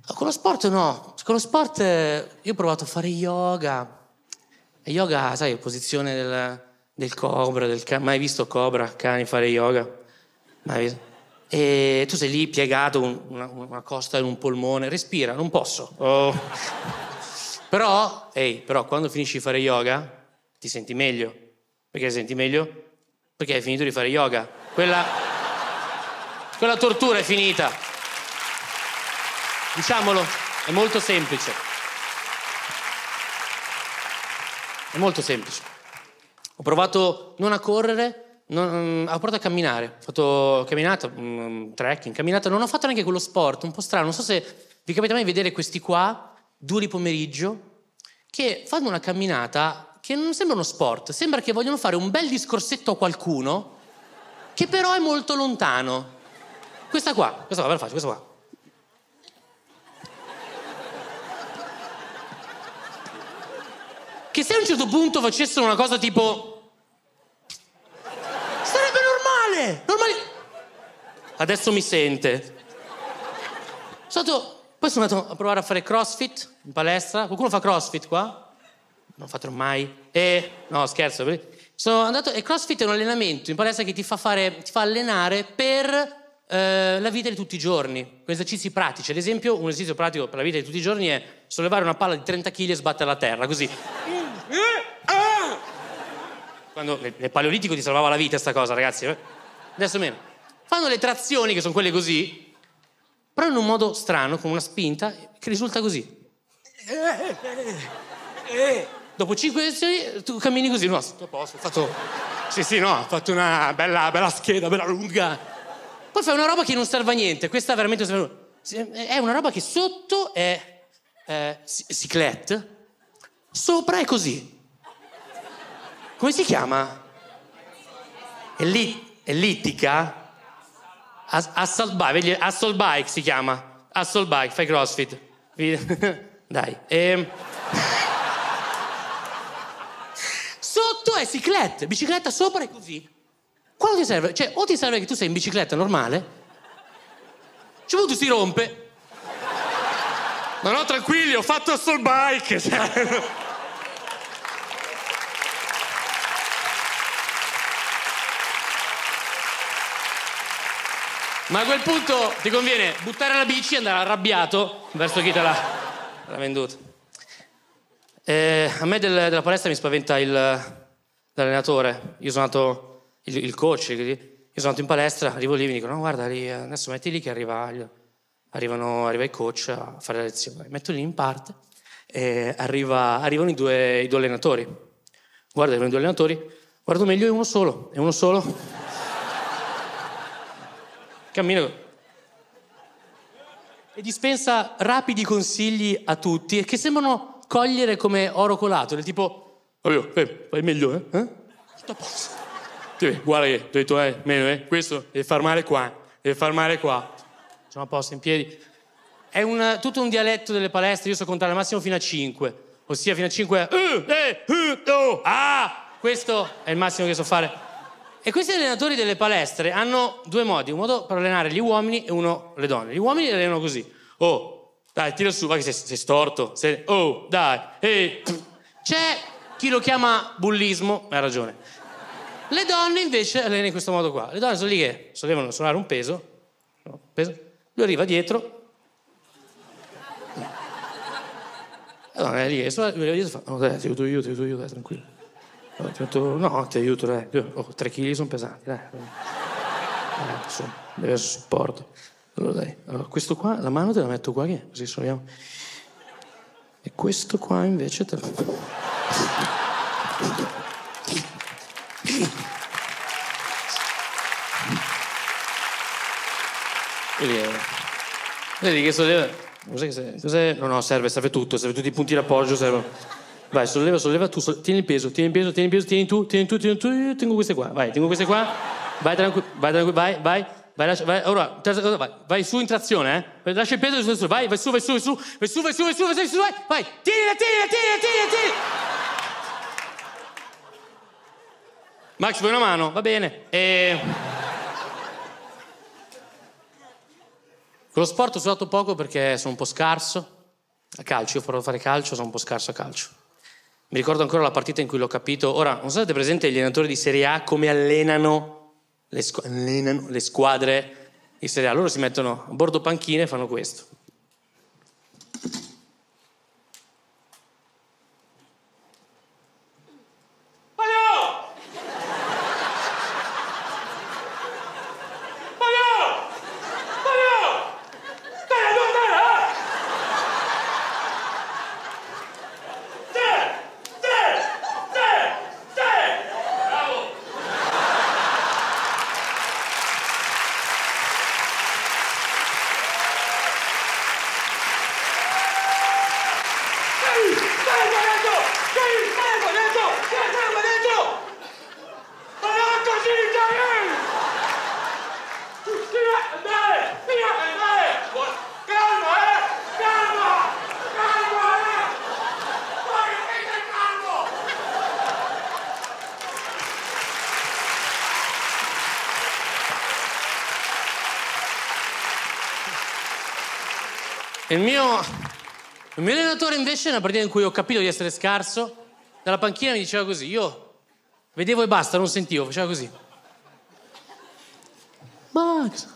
Con lo sport no. Con lo sport io ho provato a fare yoga. E yoga, sai, posizione del cobra, mai visto cobra, cani fare yoga? Mai visto? E tu sei lì piegato, una costa in un polmone, respira, non posso. Però quando finisci di fare yoga ti senti meglio. Perché ti senti meglio? Perché hai finito di fare yoga. Quella tortura è finita. Diciamolo, è molto semplice. È molto semplice. Ho provato non a correre, ho provato a camminare. Ho fatto camminata, trekking, camminata. Non ho fatto neanche quello sport, un po' strano. Non so se vi capita mai di vedere questi qua, duri pomeriggio, che fanno una camminata che non sembra uno sport. Sembra che vogliono fare un bel discorsetto a qualcuno, che però è molto lontano. Questa qua, ve la faccio, questa qua. Che se a un certo punto facessero una cosa tipo... sarebbe normale! Adesso mi sente. Poi sono andato a provare a fare CrossFit in palestra. Qualcuno fa CrossFit qua? Non fatelo mai. No, scherzo. Sono andato... E CrossFit è un allenamento in palestra che ti fa allenare per la vita di tutti i giorni. Con esercizi pratici. Ad esempio, un esercizio pratico per la vita di tutti i giorni è sollevare una palla di 30 kg e sbatterla a terra, così. Quando nel Paleolitico ti salvava la vita sta cosa, ragazzi. Adesso meno. Fanno le trazioni, che sono quelle così, però in un modo strano, con una spinta, che risulta così. Dopo 5 esercizi tu cammini così. No, sto a posto, ho fatto... ho fatto una bella scheda, bella lunga. Poi fai una roba che non serve a niente. Questa veramente non serve. È una roba che sotto è cyclette, sopra è così. Come si chiama? Ellittica? Assault bike si chiama. Assault bike, fai CrossFit. Dai. Sotto è cyclette, bicicletta sopra è così. Quando ti serve? Cioè, o ti serve che tu sei in bicicletta normale, cioè poi tu si rompe. No, tranquilli, ho fatto assault bike. Ma a quel punto ti conviene buttare la bici e andare arrabbiato verso chi te l'ha venduta. A me della palestra mi spaventa l'allenatore. Io sono andato, il coach, io sono andato in palestra, arrivo lì e mi dicono no, guarda, lì, adesso metti lì che arriva il coach a fare la lezione. Metto lì in parte e arrivano i due allenatori. Guarda, arrivano i due allenatori, guardo meglio, è uno solo. Cammino e dispensa rapidi consigli a tutti che sembrano cogliere come oro colato, del tipo fai meglio, eh? Tutto a posto. Guarda che ho detto, meglio, questo deve far male qua. Sono a posto, in piedi. È tutto un dialetto delle palestre, io so contare al massimo fino a 5, ossia fino a 5 questo è il massimo che so fare. E questi allenatori delle palestre hanno due modi, un modo per allenare gli uomini e uno le donne. Gli uomini li allenano così. Oh, dai, tira su, va che sei storto. Oh, dai, C'è chi lo chiama bullismo, ha ragione. Le donne invece allenano in questo modo qua. Le donne sono lì che devono suonare un peso. Lui arriva dietro. La donna è lì che suona, lui arriva dietro e fa, dai, ti aiuto io, dai, tranquillo. No, ti aiuto, dai. 3 kg sono pesanti, dai. Deve essere supporto. Allora, dai. Allora, questo qua, la mano te la metto qua, che così solleviamo. E questo qua invece te lo... Vedi che solleva... Cos'è? No, serve tutto, serve tutti i punti d'appoggio, servono... Vai, solleva tu, tieni il peso, tieni tu, tengo queste qua, vai, vai tranquillo, vai, ora, vai su in trazione, lascia il peso, vai su, vai, tieni. Max, vuoi una mano? Va bene, Con lo sport ho sudato poco perché sono un po' scarso. A calcio, io ho provato a fare calcio, sono un po' scarso a calcio. Mi ricordo ancora la partita in cui l'ho capito. Ora, non so se avete presente gli allenatori di Serie A come allenano le squadre di Serie A. Loro si mettono a bordo panchine e fanno questo. Il mio allenatore invece, nella partita in cui ho capito di essere scarso, dalla panchina mi diceva così, io vedevo e basta, non sentivo, faceva così. Max!